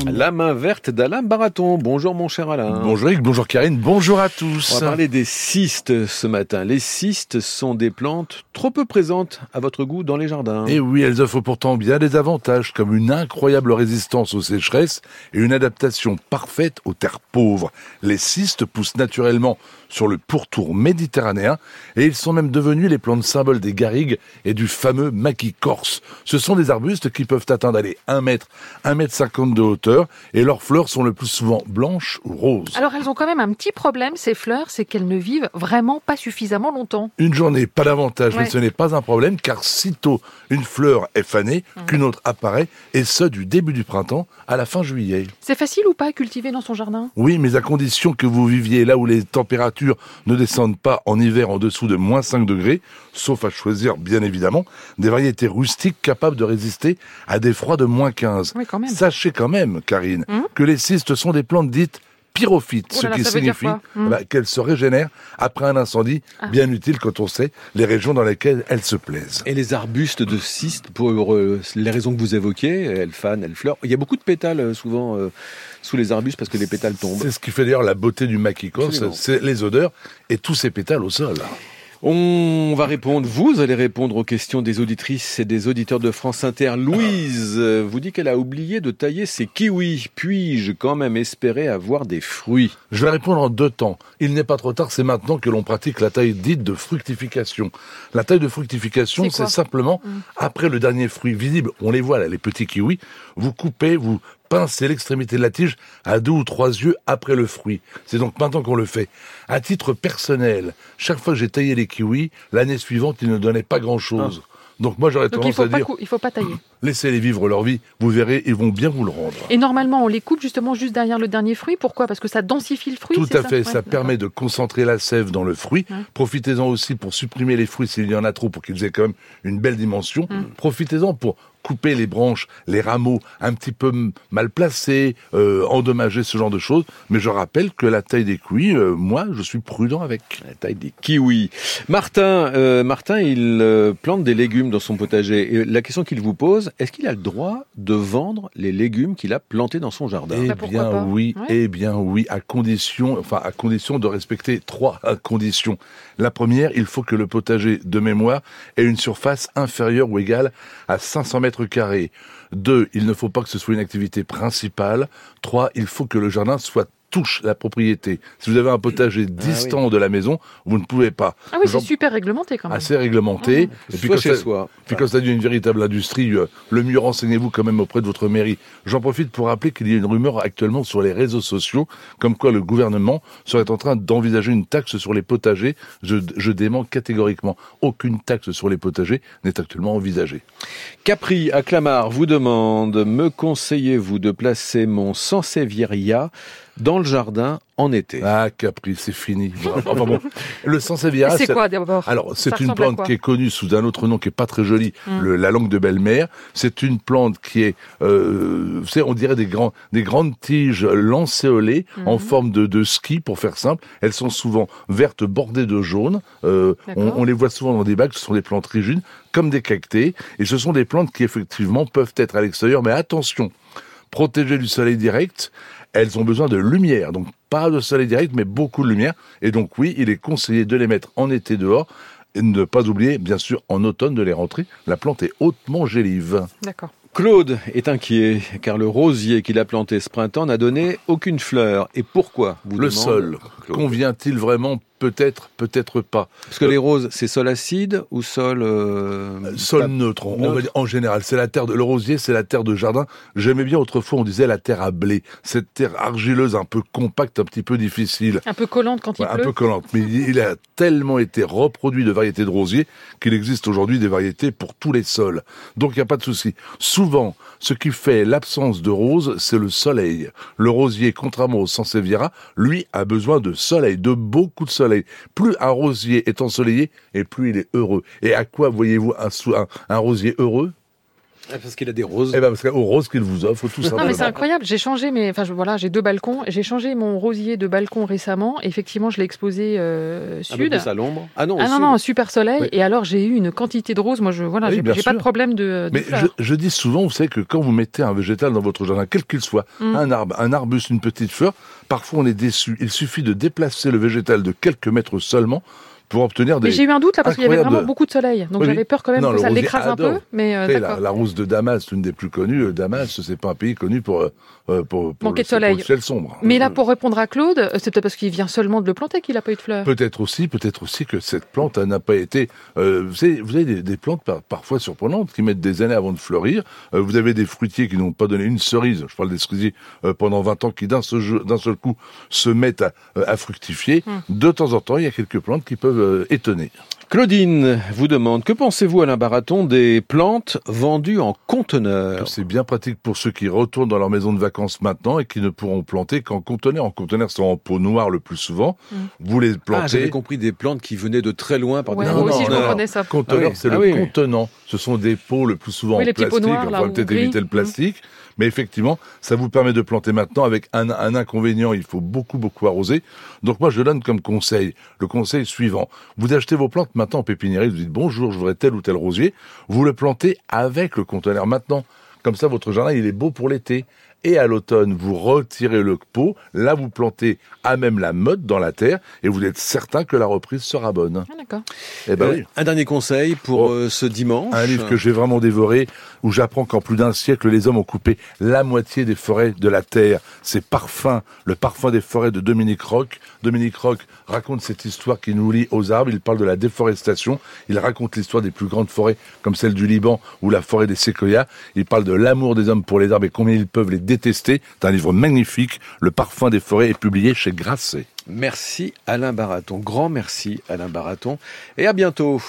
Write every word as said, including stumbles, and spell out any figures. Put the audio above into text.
La main verte d'Alain Baraton. Bonjour mon cher Alain. Bonjour Eric, bonjour Karine, bonjour à tous. On va parler des cystes ce matin. Les cystes sont des plantes trop peu présentes à votre goût dans les jardins. Et oui, elles offrent pourtant bien des avantages comme une incroyable résistance aux sécheresses et une adaptation parfaite aux terres pauvres. Les cystes poussent naturellement sur le pourtour méditerranéen et ils sont même devenus les plantes symboles des garrigues et du fameux maquis corse. Ce sont des arbustes qui peuvent atteindre allez, un mètre, un mètre cinquante de hauteur et leurs fleurs sont le plus souvent blanches ou roses. Alors elles ont quand même un petit problème, ces fleurs, c'est qu'elles ne vivent vraiment pas suffisamment longtemps. Une journée, pas davantage, Ouais. mais ce n'est pas un problème car sitôt une fleur est fanée, Mmh. qu'une autre apparaît et ce du début du printemps à la fin juillet. C'est facile ou pas à cultiver dans son jardin? Oui, mais à condition que vous viviez là où les températures ne descendent pas en hiver en dessous de moins cinq degrés, sauf à choisir, bien évidemment, des variétés rustiques capables de résister à des froids de moins quinze. Oui, quand même. Sachez quand même, Karine, Hum que les cystes sont des plantes dites pyrophytes, Oh là là, ce qui ça veut dire signifie quoi Hum. bah, qu'elles se régénèrent après un incendie, Ah. bien utile quand on sait les régions dans lesquelles elles se plaisent. Et les arbustes de cystes, pour euh, les raisons que vous évoquez, elles fanent, elles fleurent. Il y a beaucoup de pétales euh, souvent euh, sous les arbustes parce que les pétales tombent. C'est ce qui fait d'ailleurs la beauté du maquis corse, Absolument. c'est les odeurs et tous ces pétales au sol. On va répondre, vous allez répondre aux questions des auditrices et des auditeurs de France Inter. Louise euh, vous dit qu'elle a oublié de tailler ses kiwis. Puis-je quand même espérer avoir des fruits? Je vais répondre en deux temps. Il n'est pas trop tard, c'est maintenant que l'on pratique la taille dite de fructification. La taille de fructification, C'est c'est quoi simplement, Mmh. après le dernier fruit visible, on les voit là, les petits kiwis, vous coupez, vous pincez l'extrémité de la tige à deux ou trois yeux après le fruit. C'est donc maintenant qu'on le fait. À titre personnel, chaque fois que j'ai taillé les kiwis, l'année suivante, ils ne donnaient pas grand-chose. Donc moi, j'aurais Donc il tendance faut à pas, dire, cou- il faut pas tailler. laissez-les vivre leur vie, vous verrez, ils vont bien vous le rendre. Et normalement, on les coupe justement juste derrière le dernier fruit. Pourquoi? Parce que ça densifie le fruit. Tout c'est à fait, Ouais, ça d'accord. permet de concentrer la sève dans le fruit. Ouais. Profitez-en aussi pour supprimer les fruits s'il y en a trop, pour qu'ils aient quand même une belle dimension. Mm. Profitez-en pour couper les branches, les rameaux un petit peu m- mal placés, euh, endommager ce genre de choses. Mais je rappelle que la taille des kiwis, euh, moi, je suis prudent avec. La taille des kiwis. Martin, euh, Martin, il euh, plante des légumes dans son potager. Et la question qu'il vous pose, est-ce qu'il a le droit de vendre les légumes qu'il a plantés dans son jardin? Eh Bah, pourquoi bien pas oui, Ouais. eh bien oui, à condition, enfin à condition de respecter trois conditions. La première, il faut que le potager de mémoire ait une surface inférieure ou égale à cinq cents mètres carrés. Deux, il ne faut pas que ce soit une activité principale. Trois, il faut que le jardin soit touche la propriété. Si vous avez un potager distant de la maison, vous ne pouvez pas. Ah oui, Genre- c'est super réglementé quand même. Assez réglementé. Et puis Soit quand chez ça- soi. Puis quand ça devient une véritable industrie, euh, le mieux renseignez-vous quand même auprès de votre mairie. J'en profite pour rappeler qu'il y a une rumeur actuellement sur les réseaux sociaux, comme quoi le gouvernement serait en train d'envisager une taxe sur les potagers. Je, je dément catégoriquement. Aucune taxe sur les potagers n'est actuellement envisagée. Capri, à Clamart, vous demande, me conseillez-vous de placer mon sansevieria dans le jardin en été? Ah, Capri, c'est fini. Enfin bon, le sansevieria, c'est quoi d'abord? Alors, c'est Ça une ressemble à plante quoi qui est connue sous un autre nom qui est pas très joli, Mm. le- la langue de belle-mère. C'est une plante qui est, euh, vous savez, on dirait des grands, des grandes tiges lancéolées Mhm. en forme de, de ski, pour faire simple. Elles sont souvent vertes bordées de jaune. Euh, on, D'accord. on les voit souvent dans des bacs. Ce sont des plantes rigides, comme des cactées. Et ce sont des plantes qui effectivement peuvent être à l'extérieur, mais attention, protégées du soleil direct. Elles ont besoin de lumière, donc pas de soleil direct, mais beaucoup de lumière. Et donc oui, il est conseillé de les mettre en été dehors, et ne pas oublier, bien sûr, en automne de les rentrer. La plante est hautement gélive. D'accord. Claude est inquiet, car le rosier qu'il a planté ce printemps n'a donné aucune fleur. Et pourquoi, vous Le demande sol, Claude. convient-il vraiment? Peut-être, peut-être pas. Parce que les roses, c'est sol acide ou sol... euh, Sol pas- neutre, on neutre. va dire, en général. C'est la terre de, le rosier, c'est la terre de jardin. J'aimais bien autrefois, on disait la terre à blé. Cette terre argileuse, un peu compacte, un petit peu difficile. Un peu collante quand il Ouais, un pleut. peu collante. Mais il il a tellement été reproduit de variétés de rosiers qu'il existe aujourd'hui des variétés pour tous les sols. Donc il n'y a pas de souci. Souvent, ce qui fait l'absence de rose, c'est le soleil. Le rosier, contrairement au sansevieria, lui, a besoin de soleil, de beaucoup de soleil. Plus un rosier est ensoleillé, et plus il est heureux. Et à quoi voyez-vous un, sou- un, un rosier heureux? Ah, parce qu'il a des roses. Eh ben, parce qu'aux roses qu'il vous offre, tout simplement. Non, mais c'est incroyable. J'ai changé mes, enfin, je, voilà, j'ai deux balcons. J'ai changé mon rosier de balcon récemment. Effectivement, je l'ai exposé euh, sud. Un peu plus à l'ombre. Ah non, Ah au non, sud. non, super soleil. Oui. Et alors, j'ai eu une quantité de roses. Moi, je, voilà, Oui, j'ai, bien j'ai pas de sûr. problème de, de Mais fleurs. je, je dis souvent, vous savez que quand vous mettez un végétal dans votre jardin, quel qu'il soit, Mm. un arbre, un arbuste, une petite fleur, parfois on est déçu. Il suffit de déplacer le végétal de quelques mètres seulement pour obtenir des... Mais j'ai eu un doute là parce qu'il y avait incroyables- vraiment beaucoup de soleil. Donc Oui, j'avais oui. peur quand même Non, que le ça rosier l'écrase un adore. peu. Mais euh, Vous savez, la, d'accord. la rousse de Damas, c'est une des plus connues. Euh, Damas, c'est pas un pays connu pour, euh, pour, pour, Manquer de c'est pour soleil. le ciel sombre. Mais là, Euh, pour répondre à Claude, euh, c'est peut-être parce qu'il vient seulement de le planter qu'il n'a pas eu de fleurs. Peut-être aussi, peut-être aussi que cette plante elle n'a pas été. Euh, vous savez, vous avez des, des plantes par- parfois surprenantes qui mettent des années avant de fleurir. Euh, vous avez des fruitiers qui n'ont pas donné une cerise. Je parle des cerisiers euh, pendant vingt ans qui d'un seul, jeu- d'un seul coup se mettent à, euh, à fructifier. Hmm. De temps en temps, il y a quelques plantes qui peuvent euh, étonner. Claudine vous demande, que pensez-vous, Alain Baraton, des plantes vendues en conteneurs? C'est bien pratique pour ceux qui retournent dans leur maison de vacances maintenant et qui ne pourront planter qu'en conteneur. En conteneur, c'est en pot noir le plus souvent. Mm. Vous les Ah, plantez. j'avais compris des plantes qui venaient de très loin par Ouais, des moi non, aussi, non, je non. comprenais ça. Conteneur, Ah oui, c'est ah le oui. contenant. Ce sont des pots le plus souvent Oui, en les petits pots plastique. noirs, Il là, faudra ou peut-être gris. éviter le plastique. Mais effectivement, ça vous permet de planter maintenant avec un, un inconvénient. Il faut beaucoup, beaucoup arroser. Donc moi, je donne comme conseil, le conseil suivant. Vous achetez vos plantes maintenant en pépiniérie. Vous dites bonjour, je voudrais tel ou tel rosier. Vous le plantez avec le conteneur maintenant. Comme ça, votre jardin, il est beau pour l'été. Et à l'automne, vous retirez le pot. Là, vous plantez à même la motte dans la terre. Et vous êtes certain que la reprise sera bonne. Ah, d'accord. Eh ben Euh, oui. Un dernier conseil pour Oh. euh, ce dimanche. Un livre que j'ai vraiment dévoré, où j'apprends qu'en plus d'un siècle, les hommes ont coupé la moitié des forêts de la Terre. C'est Parfum, le parfum des forêts de Dominique Roch. Dominique Roch raconte cette histoire qui nous lie aux arbres. Il parle de la déforestation. Il raconte l'histoire des plus grandes forêts, comme celle du Liban ou la forêt des séquoias. Il parle de l'amour des hommes pour les arbres et combien ils peuvent les détester. C'est un livre magnifique. Le parfum des forêts est publié chez Grasset. Merci Alain Baraton. Grand merci Alain Baraton. Et à bientôt.